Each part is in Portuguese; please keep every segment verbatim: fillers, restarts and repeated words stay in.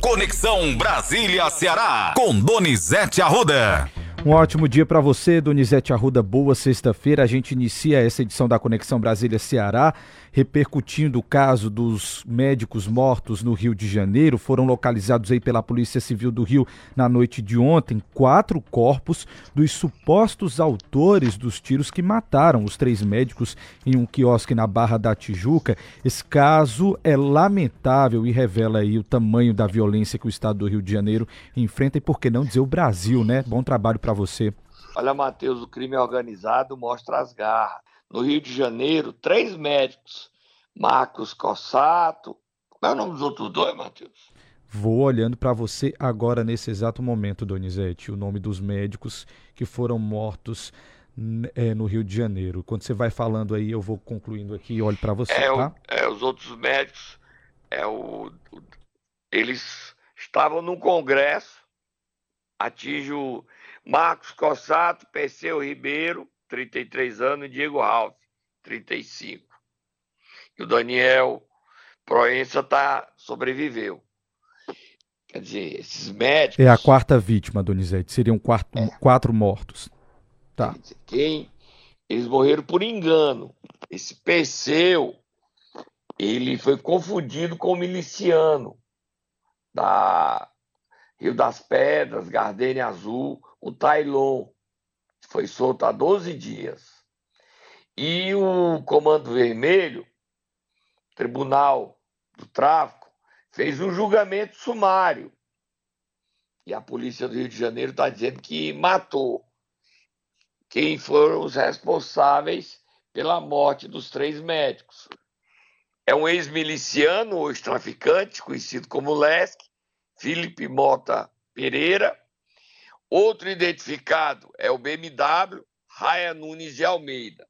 Conexão Brasília-Ceará, com Donizete Arruda. Um ótimo dia para você, Donizete Arruda. Boa sexta-feira. A gente inicia essa edição da Conexão Brasília-Ceará, repercutindo o caso dos médicos mortos no Rio de Janeiro. Foram localizados aí pela Polícia Civil do Rio na noite de ontem quatro corpos dos supostos autores dos tiros que mataram os três médicos em um quiosque na Barra da Tijuca. Esse caso é lamentável e revela aí o tamanho da violência que o estado do Rio de Janeiro enfrenta e, por que não dizer, o Brasil, né? Bom trabalho para você. Olha, Matheus, o crime organizado mostra as garras. No Rio de Janeiro, três médicos, Marcos Cossato. Como é o nome dos outros dois, Matheus? Vou olhando para você agora, nesse exato momento, Donizete, o nome dos médicos que foram mortos é, no Rio de Janeiro. Quando você vai falando aí, eu vou concluindo aqui e olho para você, é, tá? O, é, os outros médicos, é o, o, eles estavam num congresso, atinge o Marcos Cossato, Perseu Ribeiro, trinta e três anos, e Diego Ralph, trinta e cinco. E o Daniel Proença tá, sobreviveu. Quer dizer, esses médicos... É a quarta vítima, Donizete. Seriam quatro, é. quatro mortos. Tá. Quer dizer, quem... Eles morreram por engano. Esse Perseu, ele foi confundido com o miliciano da Rio das Pedras, Gardênia Azul, o Tailon. Foi solto há doze dias. E o Comando Vermelho, Tribunal do Tráfico, fez um julgamento sumário. E a polícia do Rio de Janeiro está dizendo que matou quem foram os responsáveis pela morte dos três médicos. É um ex-miliciano ou ex-traficante, conhecido como Lesk, Felipe Mota Pereira. Outro identificado é o B M W, Raia Nunes de Almeida.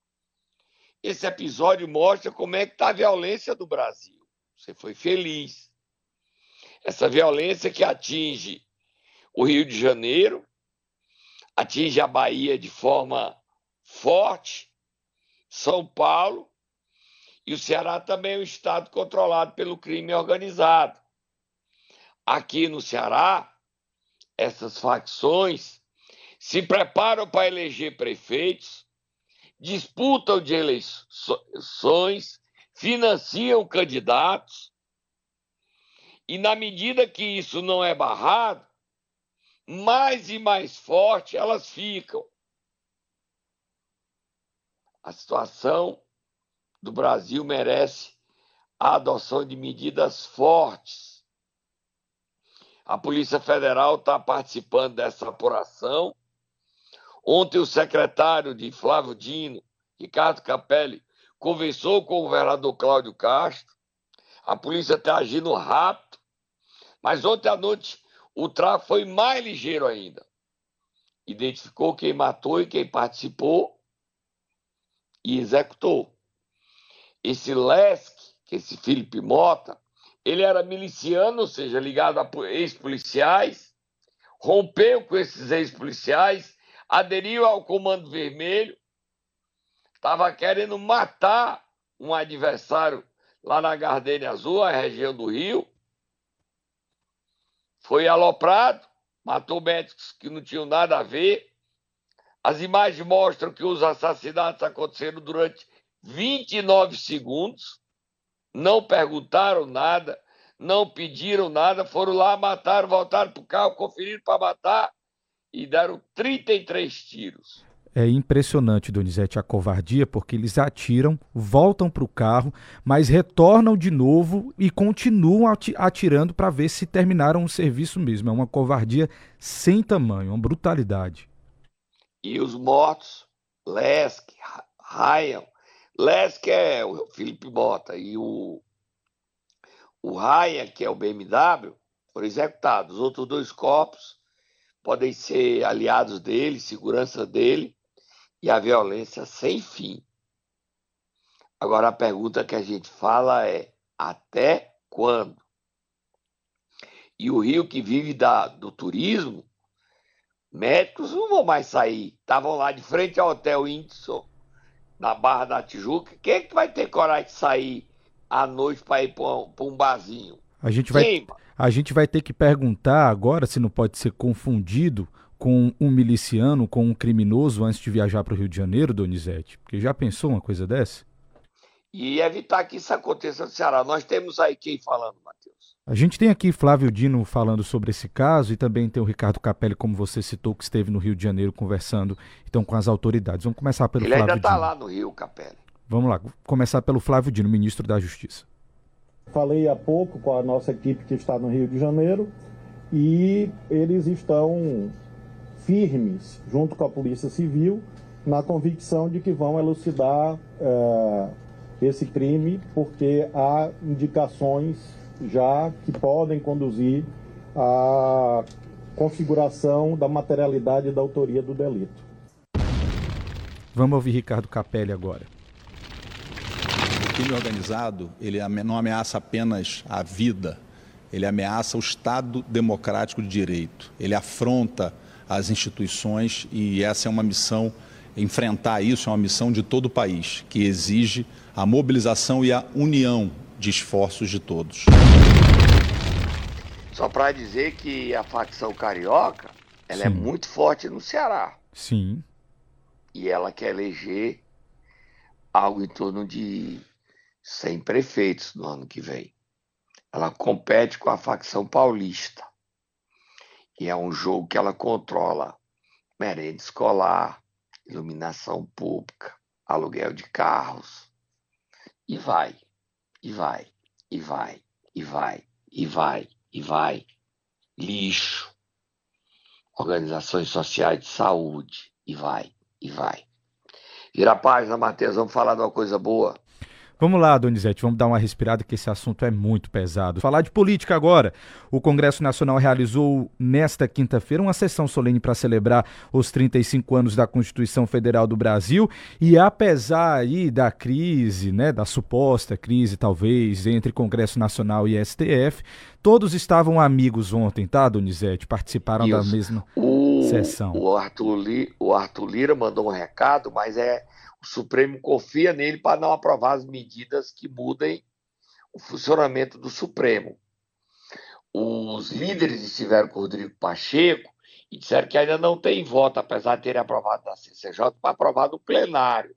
Esse episódio mostra como é que está a violência do Brasil. Você foi feliz. Essa violência que atinge o Rio de Janeiro, atinge a Bahia de forma forte, São Paulo, e o Ceará também é um estado controlado pelo crime organizado. Aqui no Ceará, essas facções se preparam para eleger prefeitos, disputam de eleições, financiam candidatos, e na medida que isso não é barrado, mais e mais forte elas ficam. A situação do Brasil merece a adoção de medidas fortes. A Polícia Federal está participando dessa apuração. Ontem o secretário de Flávio Dino, Ricardo Capelli, conversou com o governador Cláudio Castro. A polícia está agindo rápido, mas ontem à noite o tráfico foi mais ligeiro ainda. Identificou quem matou e quem participou e executou. Esse Lesk, que esse Felipe Mota, ele era miliciano, ou seja, ligado a ex-policiais, rompeu com esses ex-policiais, aderiu ao Comando Vermelho, estava querendo matar um adversário lá na Gardênia Azul, a região do Rio. Foi aloprado, matou médicos que não tinham nada a ver. As imagens mostram que os assassinatos aconteceram durante vinte e nove segundos. Não perguntaram nada, não pediram nada, foram lá, mataram, voltaram para o carro, conferiram para matar e deram trinta e três tiros. É impressionante, Donizete, a covardia, porque eles atiram, voltam para o carro, mas retornam de novo e continuam atirando para ver se terminaram o serviço mesmo. É uma covardia sem tamanho, uma brutalidade. E os mortos, Lesk, Ryan, Lesk é o Felipe Mota e o, o Ryan, que é o B M W, foram executados. Os outros dois corpos podem ser aliados dele, segurança dele, e a violência sem fim. Agora a pergunta que a gente fala é: até quando? E o Rio, que vive da, do turismo, médicos não vão mais sair. Estavam lá de frente ao Hotel Windson, na Barra da Tijuca. Quem é que vai ter coragem de sair à noite para ir para um barzinho? A gente vai, Sim, a gente vai ter que perguntar agora se não pode ser confundido com um miliciano, com um criminoso antes de viajar para o Rio de Janeiro, Donizete? Porque já pensou uma coisa dessa? e evitar que isso aconteça no Ceará. Nós temos aí quem falando, Matheus? A gente tem aqui Flávio Dino falando sobre esse caso e também tem o Ricardo Capelli, como você citou, que esteve no Rio de Janeiro conversando então com as autoridades. Vamos começar pelo Ele Flávio ainda está Dino. lá no Rio, Capelli. Vamos lá, começar pelo Flávio Dino, ministro da Justiça. Falei há pouco com a nossa equipe que está no Rio de Janeiro e eles estão firmes, junto com a Polícia Civil, na convicção de que vão elucidar é, esse crime, porque há indicações já que podem conduzir à configuração da materialidade e da autoria do delito. Vamos ouvir Ricardo Capelli agora. O crime organizado, ele não ameaça apenas a vida, ele ameaça o Estado democrático de direito, ele afronta as instituições e essa é uma missão, enfrentar isso é uma missão de todo o país, que exige a mobilização e a união de esforços de todos. Só para dizer que a facção carioca, ela é Sim. muito forte no Ceará. Sim, E ela quer eleger algo em torno de cem prefeitos no ano que vem. Ela compete com a facção paulista. E é um jogo que ela controla merenda escolar, iluminação pública, aluguel de carros. E vai, e vai, e vai, e vai, e vai, e vai. Lixo, organizações sociais de saúde, e vai, e vai. Vira a página, Matheus, vamos falar de uma coisa boa. vamos lá, Donizete, vamos dar uma respirada que esse assunto é muito pesado. Falar de política agora. O Congresso Nacional realizou nesta quinta-feira uma sessão solene para celebrar os trinta e cinco anos da Constituição Federal do Brasil e apesar aí da crise, né, da suposta crise talvez entre Congresso Nacional e S T F, todos estavam amigos ontem, tá, Donizete? Participaram E da os- mesma O, sessão. o, Arthur Li- o Arthur Lira mandou um recado, mas é o Supremo confia nele para não aprovar as medidas que mudem o funcionamento do Supremo. Os líderes estiveram com o Rodrigo Pacheco e disseram que ainda não tem voto, apesar de terem aprovado na C C J, para aprovar no plenário.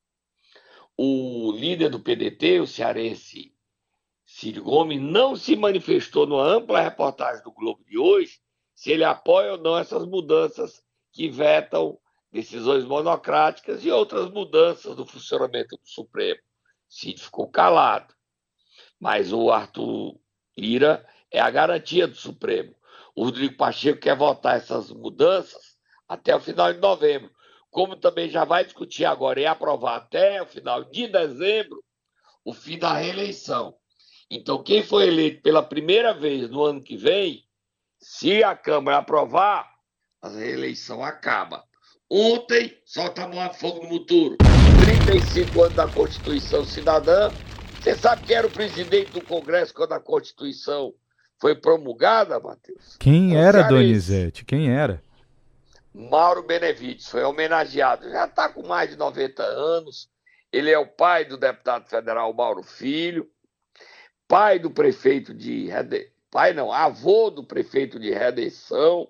O líder do P D T, o cearense Ciro Gomes, não se manifestou numa ampla reportagem do Globo de hoje se ele apoia ou não essas mudanças que vetam decisões monocráticas e outras mudanças do funcionamento do Supremo. Cid ficou calado. Mas o Arthur Lira é a garantia do Supremo. O Rodrigo Pacheco quer votar essas mudanças até o final de novembro. Como também já vai discutir agora e aprovar até o final de dezembro o fim da reeleição. Então, quem for eleito pela primeira vez no ano que vem, se a Câmara aprovar, a reeleição acaba. Ontem, solta a mão a fogo no muturo. trinta e cinco anos da Constituição Cidadã. Você sabe quem era o presidente do Congresso quando a Constituição foi promulgada, Matheus? Quem É o era, cearense. Donizete? Quem era? Mauro Benevides, foi homenageado. Já está com mais de noventa anos. Ele é o pai do deputado federal Mauro Filho, pai do prefeito de Rede... pai não, avô do prefeito de Redenção,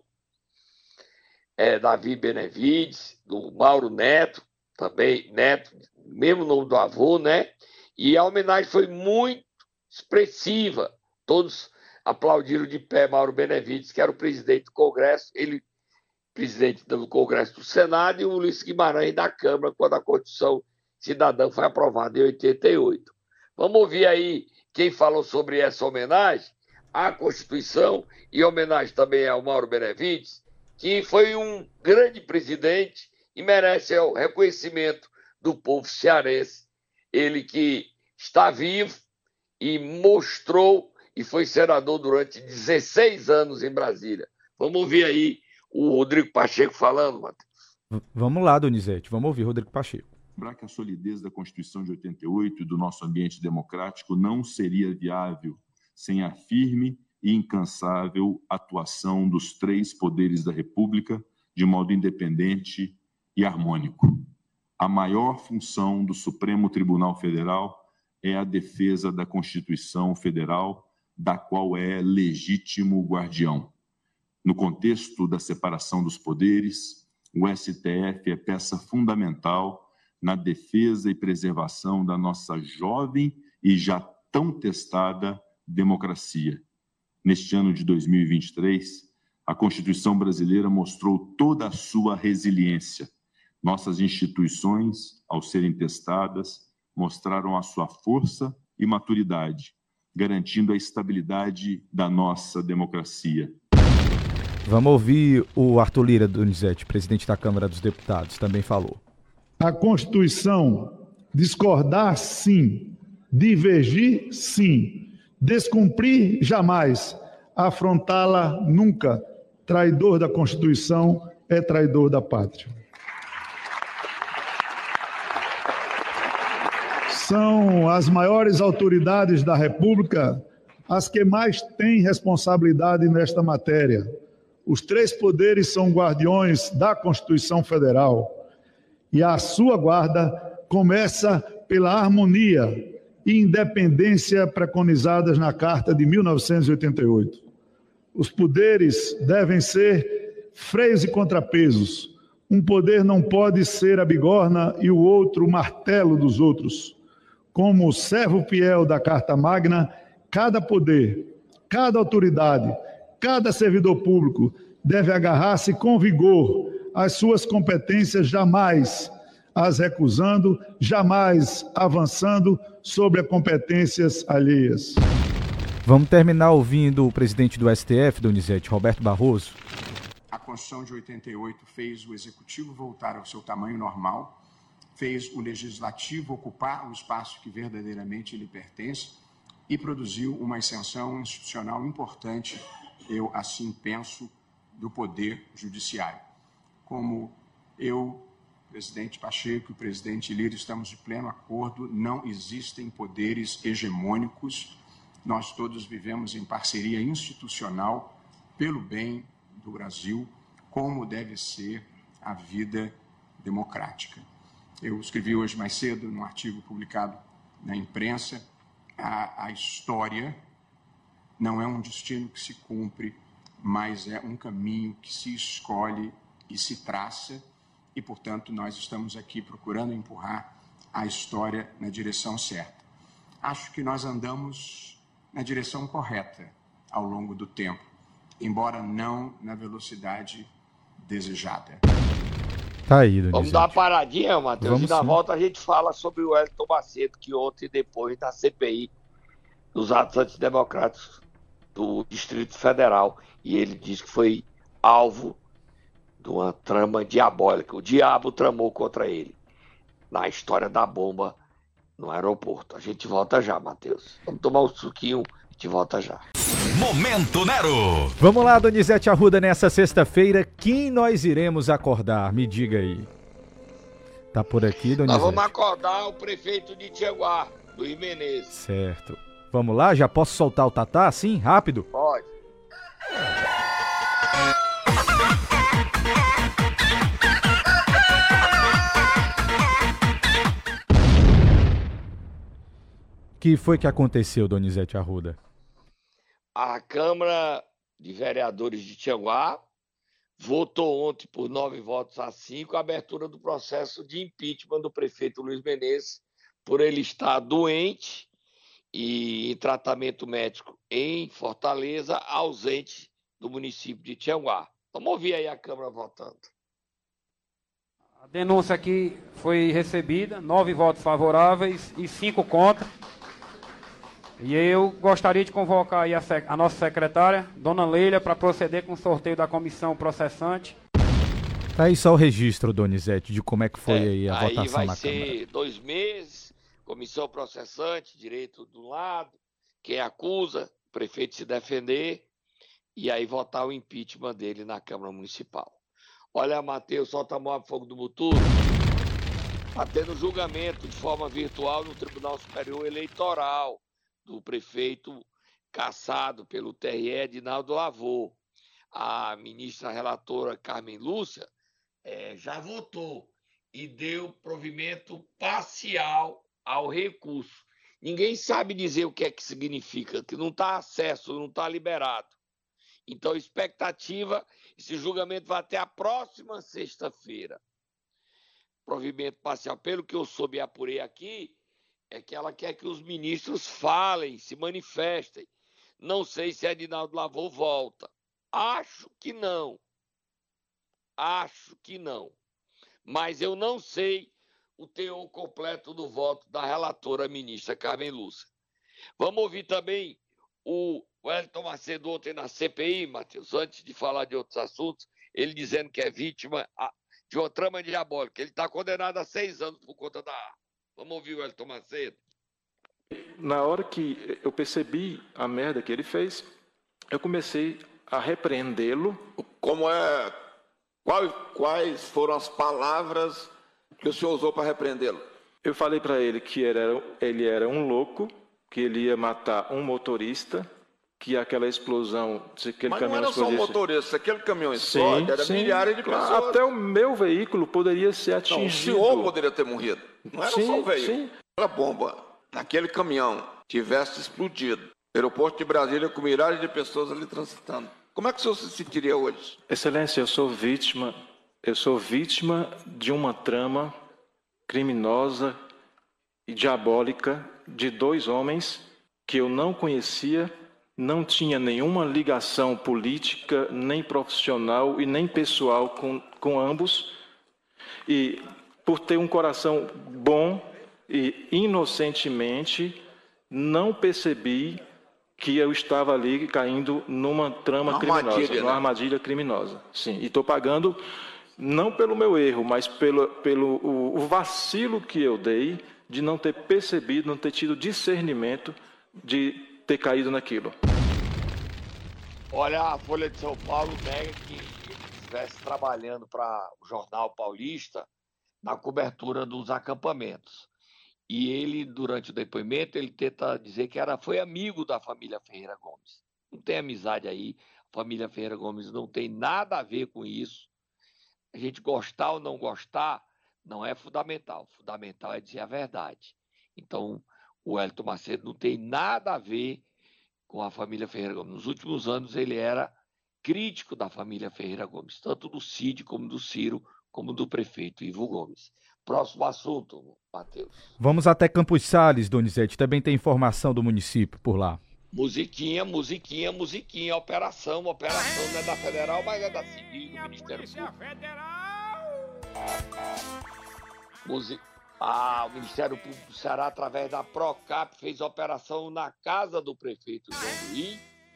é, Davi Benevides, do Mauro Neto, também Neto, mesmo nome do avô, né? E a homenagem foi muito expressiva. Todos aplaudiram de pé Mauro Benevides, que era o presidente do Congresso, ele presidente do Congresso do Senado, e o Ulisses Guimarães da Câmara, quando a Constituição Cidadã foi aprovada em oitenta e oito. Vamos ouvir aí quem falou sobre essa homenagem à Constituição e homenagem também ao Mauro Benevides, que foi um grande presidente e merece o reconhecimento do povo cearense. Ele que está vivo e mostrou e foi senador durante dezesseis anos em Brasília. Vamos ouvir aí o Rodrigo Pacheco falando, Matheus. V- vamos lá, Donizete, vamos ouvir Rodrigo Pacheco. Lembrar que a solidez da Constituição de oitenta e oito e do nosso ambiente democrático não seria viável sem a firme e incansável atuação dos três poderes da República de modo independente e harmônico. A maior função do Supremo Tribunal Federal é a defesa da Constituição Federal da qual é legítimo guardião. No contexto da separação dos poderes, o S T F é peça fundamental na defesa e preservação da nossa jovem e já tão testada democracia. Neste ano de dois mil e vinte e três, a Constituição brasileira mostrou toda a sua resiliência. Nossas instituições, ao serem testadas, mostraram a sua força e maturidade, garantindo a estabilidade da nossa democracia. Vamos ouvir o Arthur Lira Donizete, presidente da Câmara dos Deputados, também falou. A Constituição, discordar sim, divergir sim, descumprir jamais, afrontá-la nunca. Traidor da Constituição é traidor da pátria. São as maiores autoridades da República as que mais têm responsabilidade nesta matéria. Os três poderes são guardiões da Constituição Federal e a sua guarda começa pela harmonia e independência preconizadas na Carta de mil novecentos e oitenta e oito. Os poderes devem ser freios e contrapesos. Um poder não pode ser a bigorna e o outro o martelo dos outros. Como servo fiel da Carta Magna, cada poder, cada autoridade, cada servidor público deve agarrar-se com vigor às suas competências, jamais as recusando, jamais avançando sobre as competências alheias. Vamos terminar ouvindo o presidente do S T F, Donizete, Roberto Barroso. A Constituição de oitenta e oito fez o Executivo voltar ao seu tamanho normal, fez o Legislativo ocupar o espaço que verdadeiramente lhe pertence e produziu uma ascensão institucional importante, eu assim penso, do Poder Judiciário. Como eu, presidente Pacheco e presidente Lira, estamos de pleno acordo, não existem poderes hegemônicos, nós todos vivemos em parceria institucional pelo bem do Brasil, como deve ser a vida democrática. Eu escrevi hoje mais cedo, num artigo publicado na imprensa, a, a história não é um destino que se cumpre, mas é um caminho que se escolhe e se traça, e, portanto, nós estamos aqui procurando empurrar a história na direção certa. Acho que nós andamos na direção correta ao longo do tempo, embora não na velocidade desejada. Tá aí, Donizete. Vamos dar uma paradinha, Matheus, Vamos e na sim. volta a gente fala sobre o Wellington Macedo, que ontem, depois da C P I, dos atos antidemocráticos do Distrito Federal, e ele disse que foi alvo de uma trama diabólica. O diabo tramou contra ele na história da bomba no aeroporto. A gente volta já, Matheus. Vamos tomar um suquinho, a gente volta já. Momento Nero. Vamos lá, Donizete Arruda, nessa sexta-feira, quem nós iremos acordar? Me diga aí. Tá por aqui, Donizete? Nós vamos acordar o prefeito de Tianguá, Luiz Menezes. Certo. Vamos lá? Já posso soltar o tatá assim, rápido? Pode. O que foi que aconteceu, Donizete Arruda? A Câmara de Vereadores de Tianguá votou ontem por nove votos a cinco a abertura do processo de impeachment do prefeito Luiz Menezes por ele estar doente e em tratamento médico em Fortaleza, ausente do município de Tianguá. Vamos ouvir aí a Câmara votando. A denúncia aqui foi recebida, nove votos favoráveis e cinco contra. E eu gostaria de convocar aí a, sec- a nossa secretária, dona Leila, para proceder com o sorteio da comissão processante. Tá aí só o registro, Donizete, de como é que foi É, aí a aí votação vai na ser Câmara. dois meses, comissão processante, direito do lado, quem acusa, o prefeito se defender, e aí votar o impeachment dele na Câmara Municipal. Olha, Matheus, solta a mão fogo do Muturo. Está tendo julgamento de forma virtual no Tribunal Superior Eleitoral do prefeito cassado pelo T R E, Edinaldo Lavô. A ministra relatora Carmen Lúcia eh, já votou e deu provimento parcial ao recurso. ninguém sabe dizer o que é que significa, que não está acesso, não está liberado. Então, expectativa, esse julgamento vai até a próxima sexta-feira. Provimento parcial, pelo que eu soube e apurei aqui, é que ela quer que os ministros falem, se manifestem. Não sei se Edinaldo Lavor volta. Acho que não. Acho que não. Mas eu não sei o teor completo do voto da relatora ministra Carmen Lúcia. Vamos ouvir também o Wellington Macedo ontem na C P I, Matheus, antes de falar de outros assuntos, ele dizendo que é vítima de uma trama diabólica. Ele está condenado a seis anos por conta da arma. Vamos ouvir o Wellington Macedo. Na hora que eu percebi a merda que ele fez, eu comecei a repreendê-lo. Como é... Quais, quais foram as palavras que o senhor usou para repreendê-lo? Eu falei para ele que era, ele era um louco, que ele ia matar um motorista, que aquela explosão... Se aquele Mas caminhão não era só um explodisse... motorista, aquele caminhão explode, era sim, milhares de pessoas. Até o meu veículo poderia ser atingido. Não, o senhor poderia ter morrido. Não era sim, só o veículo. Sim. Se a bomba naquele caminhão tivesse explodido, aeroporto de Brasília com milhares de pessoas ali transitando, como é que o senhor se sentiria hoje? Excelência, eu sou vítima, eu sou vítima de uma trama criminosa e diabólica de dois homens que eu não conhecia, não tinha nenhuma ligação política, nem profissional e nem pessoal com, com ambos. E por ter um coração bom e inocentemente, não percebi que eu estava ali caindo numa trama criminosa, numa né? armadilha criminosa. Sim, e estou pagando não pelo meu erro, mas pelo, pelo o, o vacilo que eu dei de não ter percebido, não ter tido discernimento de ter caído naquilo. Olha, a Folha de São Paulo nega que ele estivesse trabalhando para o Jornal Paulista na cobertura dos acampamentos. E ele, durante o depoimento, ele tenta dizer que era, foi amigo da família Ferreira Gomes. Não tem amizade aí, a família Ferreira Gomes não tem nada a ver com isso. A gente gostar ou não gostar não é fundamental. Fundamental é dizer a verdade. Então, o Wellington Macedo não tem nada a ver com a família Ferreira Gomes. Nos últimos anos, ele era crítico da família Ferreira Gomes, tanto do Cid, como do Ciro, como do prefeito Ivo Gomes. Próximo assunto, Matheus. Vamos até Campos Sales, Donizete. Também tem informação do município por lá. Musiquinha, musiquinha, musiquinha. Operação, operação não é da Federal, mas é da Civil, do Ministério Público. Musi... Ah, o Ministério Público do Ceará, através da Procap, fez operação na casa do prefeito João Luiz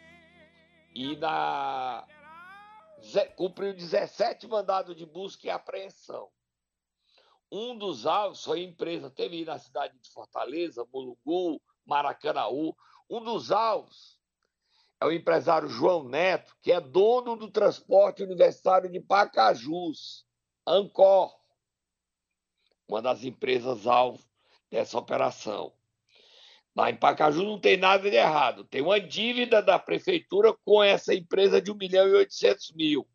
e na... cumpriu dezessete mandados de busca e apreensão. Um dos alvos foi a empresa, teve aí na cidade de Fortaleza, Mulungu, Maracanaú. Um dos alvos é o empresário João Neto, que é dono do transporte universitário de Pacajus, Ancor, uma das empresas alvo dessa operação. Lá em Pacajus não tem nada de errado, tem uma dívida da prefeitura com essa empresa de um milhão e oitocentos mil.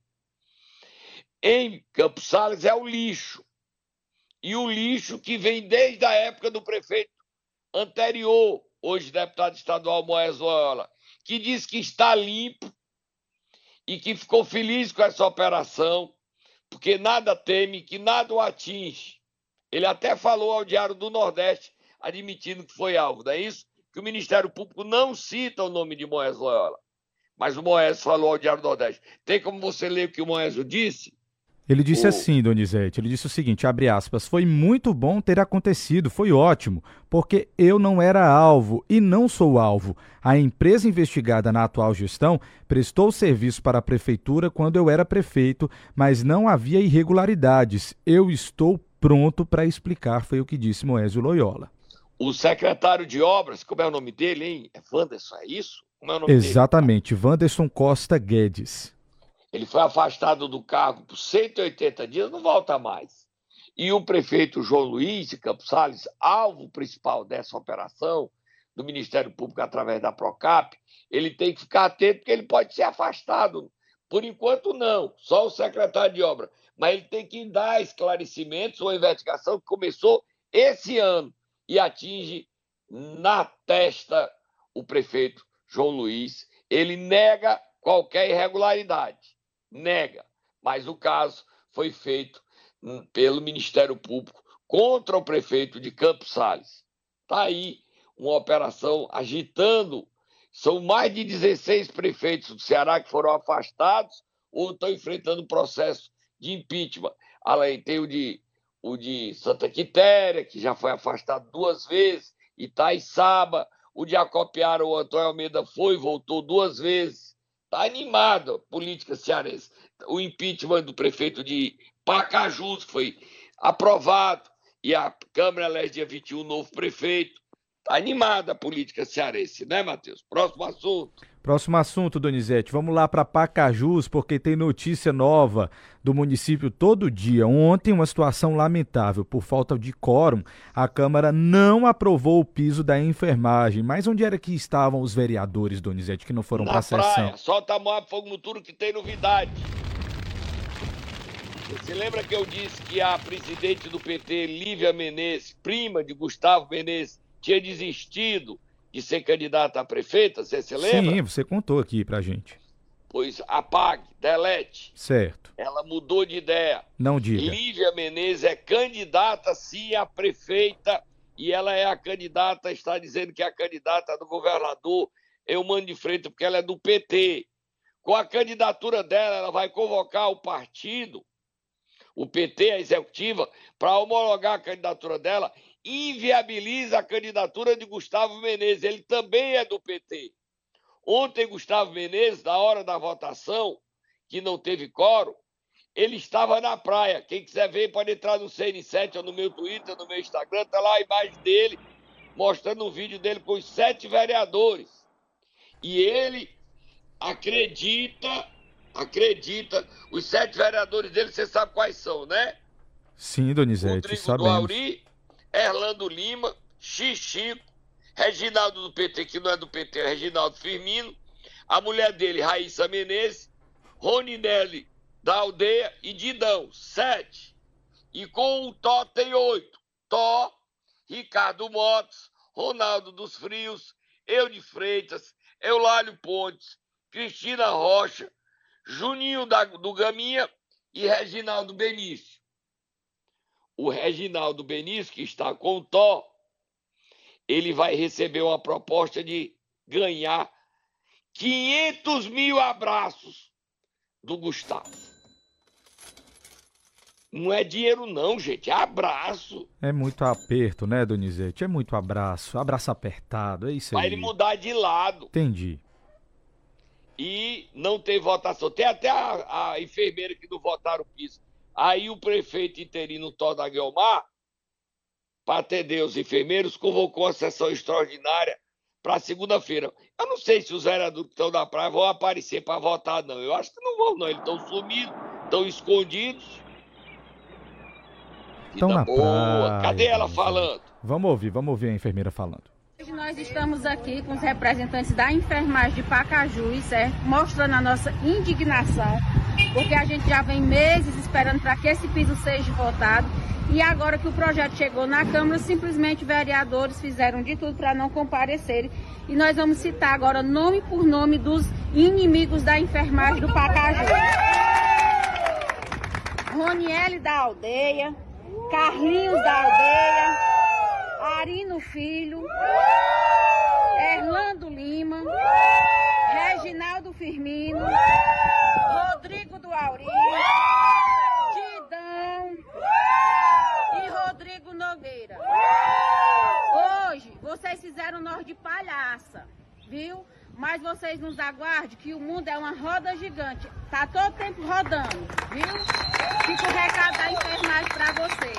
Em Campos Sales é o lixo. E o lixo que vem desde a época do prefeito anterior, hoje deputado estadual Moés Loyola, que diz que está limpo e que ficou feliz com essa operação, porque nada teme, que nada o atinge. Ele até falou ao Diário do Nordeste, admitindo que foi alvo, não é isso? Que o Ministério Público não cita o nome de Moés Loyola. Mas o Moés falou ao Diário do Nordeste. Tem como você ler o que o Moés disse? Ele disse o... assim, Donizete, ele disse o seguinte, abre aspas, foi muito bom ter acontecido, foi ótimo, porque eu não era alvo e não sou alvo. A empresa investigada na atual gestão prestou serviço para a prefeitura quando eu era prefeito, mas não havia irregularidades. Eu estou pronto para explicar, foi o que disse Moésio Loyola. O secretário de obras, como é o nome dele, hein? É Wanderson, é isso? Como é o nome Exatamente, dele? Wanderson Costa Guedes. Ele foi afastado do cargo por cento e oitenta dias, não volta mais. E o prefeito João Luiz de Campos Sales, alvo principal dessa operação, do Ministério Público através da Procap, ele tem que ficar atento porque ele pode ser afastado. Por enquanto, não, só o secretário de obra. Mas ele tem que dar esclarecimentos, uma investigação que começou esse ano e atinge na testa o prefeito João Luiz. Ele nega qualquer irregularidade, nega. Mas o caso foi feito pelo Ministério Público contra o prefeito de Campos Sales. Está aí uma operação agitando. São mais de dezesseis prefeitos do Ceará que foram afastados ou estão enfrentando processo de impeachment. Além, tem o de, o de Santa Quitéria, que já foi afastado duas vezes, Itaiçaba, o de Acopiara, o Antônio Almeida foi e voltou duas vezes. Está animada a política cearense. O impeachment do prefeito de Pacajus foi aprovado e a Câmara elege dia vinte e um novo prefeito. Está animada a política cearense, né, Matheus? Próximo assunto. Próximo assunto, Donizete. Vamos lá para Pacajus, porque tem notícia nova do município todo dia. Ontem, uma situação lamentável. Por falta de quórum, a Câmara não aprovou o piso da enfermagem. Mas onde era que estavam os vereadores, Donizete, que não foram para a sessão? Solta a mão, fogo no turno que tem novidade. Você lembra que eu disse que a presidente do P T, Lívia Menezes, prima de Gustavo Menezes, tinha desistido de ser candidata a prefeita? Você se lembra? Sim, você contou aqui pra gente. Pois apague, delete. Certo. Ela mudou de ideia. Não diga. Lívia Menezes é candidata sim a prefeita e ela é a candidata, está dizendo que é a candidata do governador Eumano de Freitas, porque ela é do P T. Com a candidatura dela, ela vai convocar o partido, o P T, a executiva, para homologar a candidatura dela, inviabiliza a candidatura de Gustavo Menezes. Ele também é do P T. Ontem, Gustavo Menezes, na hora da votação, que não teve quórum, ele estava na praia. Quem quiser ver pode entrar no C N sete ou no meu Twitter, no meu Instagram, tá lá a imagem dele, mostrando um vídeo dele com os sete vereadores. E ele acredita, acredita, os sete vereadores dele, você sabe quais são, né? Sim, Donizete, Rodrigo sabemos. do Auri, Erlando Lima, Xixico, Reginaldo do P T, que não é do P T, é Reginaldo Firmino, a mulher dele, Raíssa Menezes, Roninelli da Aldeia e Didão, sete. E com o Tó tem oito. Tó, Ricardo Motos, Ronaldo dos Frios, Eude Freitas, Eulálio Pontes, Cristina Rocha, Juninho da, do Gaminha e Reginaldo Benício. O Reginaldo Benício, que está com o Tó, ele vai receber uma proposta de ganhar quinhentos mil abraços do Gustavo. Não é dinheiro não, gente, é abraço. É muito aperto, né, Donizete? É muito abraço, abraço apertado, é isso aí. Vai ele mudar de lado. Entendi. E não tem votação. Tem até a, a enfermeira que não votaram o piso. Aí o prefeito interino Tó da Guiomar, para atender os enfermeiros, convocou uma sessão extraordinária para segunda-feira. Eu não sei se os vereadores que estão na praia vão aparecer para votar, não. Eu acho que não vão, não. Eles estão sumidos, estão escondidos. Estão na praia. Cadê ela falando? Vamos ouvir, vamos ouvir a enfermeira falando. Hoje nós estamos aqui com os representantes da enfermagem de Pacajus, certo? Mostrando a nossa indignação, porque a gente já vem meses esperando para que esse piso seja votado. E agora que o projeto chegou na Câmara, simplesmente vereadores fizeram de tudo para não comparecerem. E nós vamos citar agora nome por nome dos inimigos da enfermagem do Pacajus. Roniele da Aldeia, Carlinhos da Aldeia, Arino Filho, Erlando Lima, Reginaldo Firmino, Rodrigo do Auri, Didão e Rodrigo Nogueira. Hoje, vocês fizeram nós de palhaça, viu? Mas vocês nos aguardem que o mundo é uma roda gigante. Tá todo tempo rodando, viu? Fica o recado da enfermagem para vocês.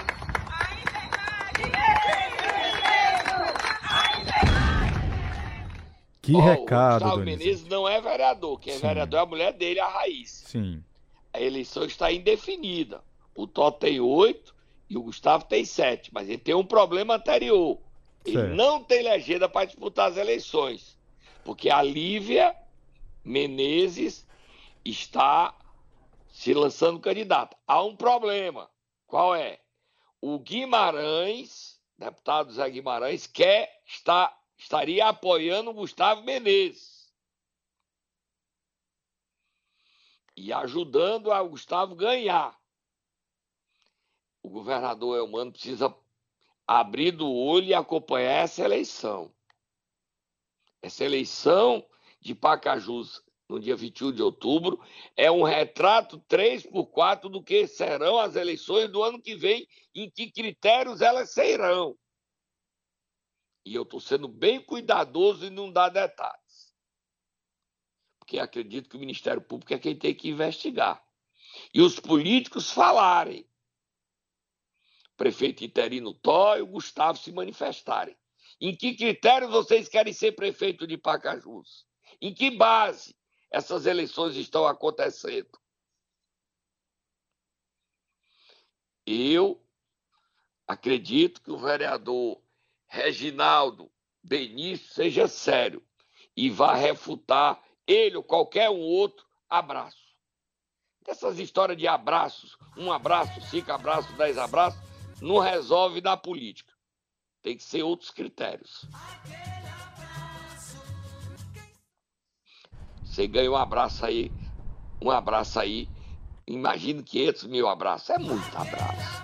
Que oh, recado, o Gustavo Donizete. Menezes não é vereador. Quem é Sim. vereador é a mulher dele, a Raíssa. Sim. A eleição está indefinida. O Tó tem oito e o Gustavo tem sete. Mas ele tem um problema anterior. Ele Certo. não tem legenda para disputar as eleições. Porque a Lívia Menezes está se lançando candidata. Há um problema. Qual é? O Guimarães deputado Zé Guimarães, quer estar, estaria apoiando o Gustavo Menezes e ajudando o Gustavo ganhar. O governador Eumano precisa abrir do olho e acompanhar essa eleição. Essa eleição de Pacajus, no dia vinte e um de outubro, é um retrato três por quatro do que serão as eleições do ano que vem, em que critérios elas serão. E eu estou sendo bem cuidadoso em não dar detalhes. Porque acredito que o Ministério Público é quem tem que investigar. E os políticos falarem. O prefeito interino Tó e o Gustavo se manifestarem. Em que critérios vocês querem ser prefeito de Pacajus? Em que base essas eleições estão acontecendo? Eu acredito que o vereador Reginaldo Benício seja sério e vá refutar ele ou qualquer um outro abraço. Essas histórias de abraços, um abraço, cinco abraços, dez abraços, não resolve na política. Tem que ser outros critérios. Você ganha um abraço aí, um abraço aí, imagina quinhentos mil abraços, é muito abraço.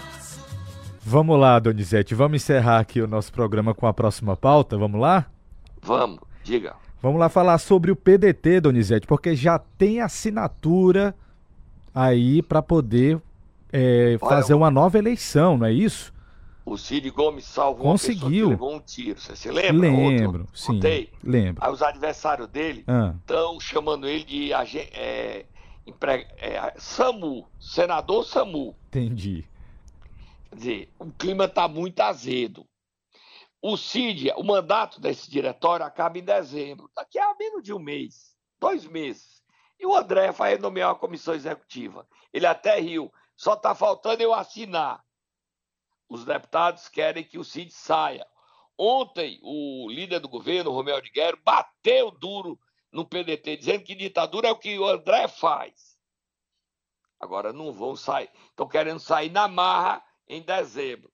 Vamos lá, Donizete, vamos encerrar aqui o nosso programa com a próxima pauta, vamos lá? Vamos, diga. Vamos lá falar sobre o P D T, Donizete, porque já tem assinatura aí para poder é, fazer uma nova eleição, não é isso? O Cid Gomes salvou Conseguiu. uma pessoa que levou um tiro, você se lembra? Lembro, Outro, sim, contei. lembro. Aí os adversários dele estão ah. chamando ele de é, empre... é, SAMU, senador SAMU. Entendi. Quer dizer, o clima está muito azedo. O Cid, o mandato desse diretório acaba em dezembro, daqui a menos de um mês, dois meses. E o André vai nomear uma comissão executiva. Ele até riu, só está faltando eu assinar. Os deputados querem que o Cid saia. Ontem, o líder do governo, Romeu de Guerra, bateu duro no P D T, dizendo que ditadura é o que o André faz. Agora não vão sair, estão querendo sair na marra em dezembro.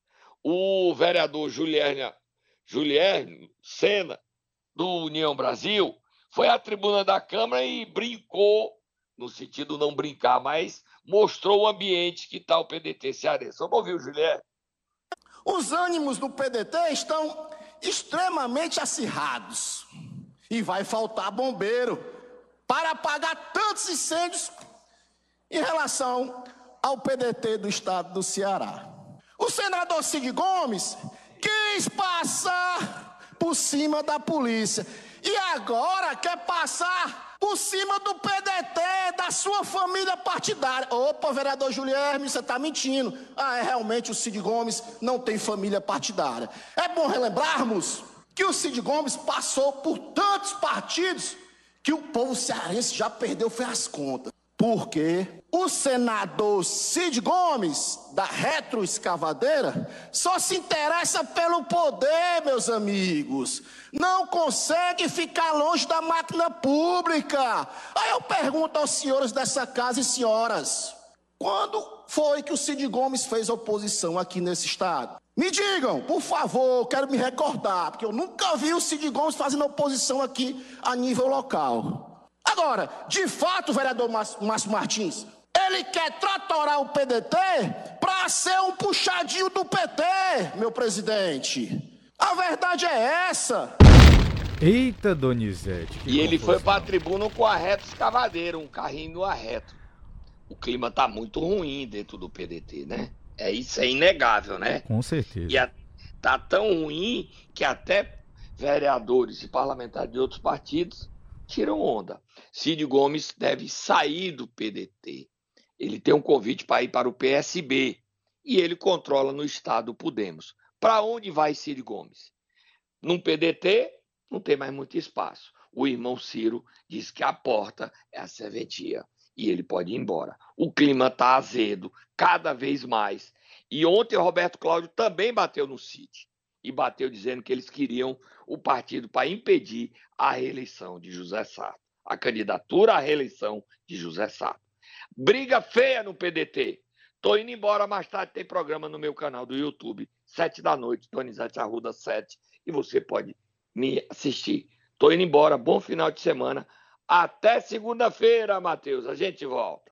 O vereador Julierno, Julierno Sena, do União Brasil, foi à tribuna da Câmara e brincou, no sentido não brincar, mas mostrou o ambiente que está o P D T cearense. Vamos ouvir o Julierno? Os ânimos do P D T estão extremamente acirrados. E vai faltar bombeiro para apagar tantos incêndios em relação ao P D T do estado do Ceará. O senador Cid Gomes quis passar por cima da polícia e agora quer passar por cima do P D T, da sua família partidária. Opa, vereador Julierno, você está mentindo. Ah, é, realmente o Cid Gomes não tem família partidária. É bom relembrarmos que o Cid Gomes passou por tantos partidos que o povo cearense já perdeu foi as contas. Porque o senador Cid Gomes, da retroescavadeira, só se interessa pelo poder, meus amigos. Não consegue ficar longe da máquina pública. Aí eu pergunto aos senhores dessa casa e senhoras, quando foi que o Cid Gomes fez oposição aqui nesse estado? Me digam, por favor, eu quero me recordar, porque eu nunca vi o Cid Gomes fazendo oposição aqui a nível local. Agora, de fato, vereador Márcio Martins, ele quer tratorar o P D T para ser um puxadinho do P T, meu presidente. A verdade é essa. Eita, Donizete. E ele foi para a tribuna com a reto escavadeira, um carrinho no arreto. O clima tá muito ruim dentro do P D T, né? É isso, é inegável, né? Com certeza. E a, tá tão ruim que até vereadores e parlamentares de outros partidos tiram onda. Cid Gomes deve sair do P D T. Ele tem um convite para ir para o P S B e ele controla no estado o Podemos. Para onde vai Cid Gomes? Num P D T não tem mais muito espaço. O irmão Ciro diz que a porta é a serventia e ele pode ir embora. O clima está azedo cada vez mais. E ontem o Roberto Cláudio também bateu no Cid. E bateu dizendo que eles queriam o partido para impedir a reeleição de José Sarto. A candidatura à reeleição de José Sarto. Briga feia no P D T. Tô indo embora, mais tarde tem programa no meu canal do YouTube, sete da noite, Donizete Arruda sete, e você pode me assistir. Tô indo embora, bom final de semana. Até segunda-feira, Matheus, a gente volta.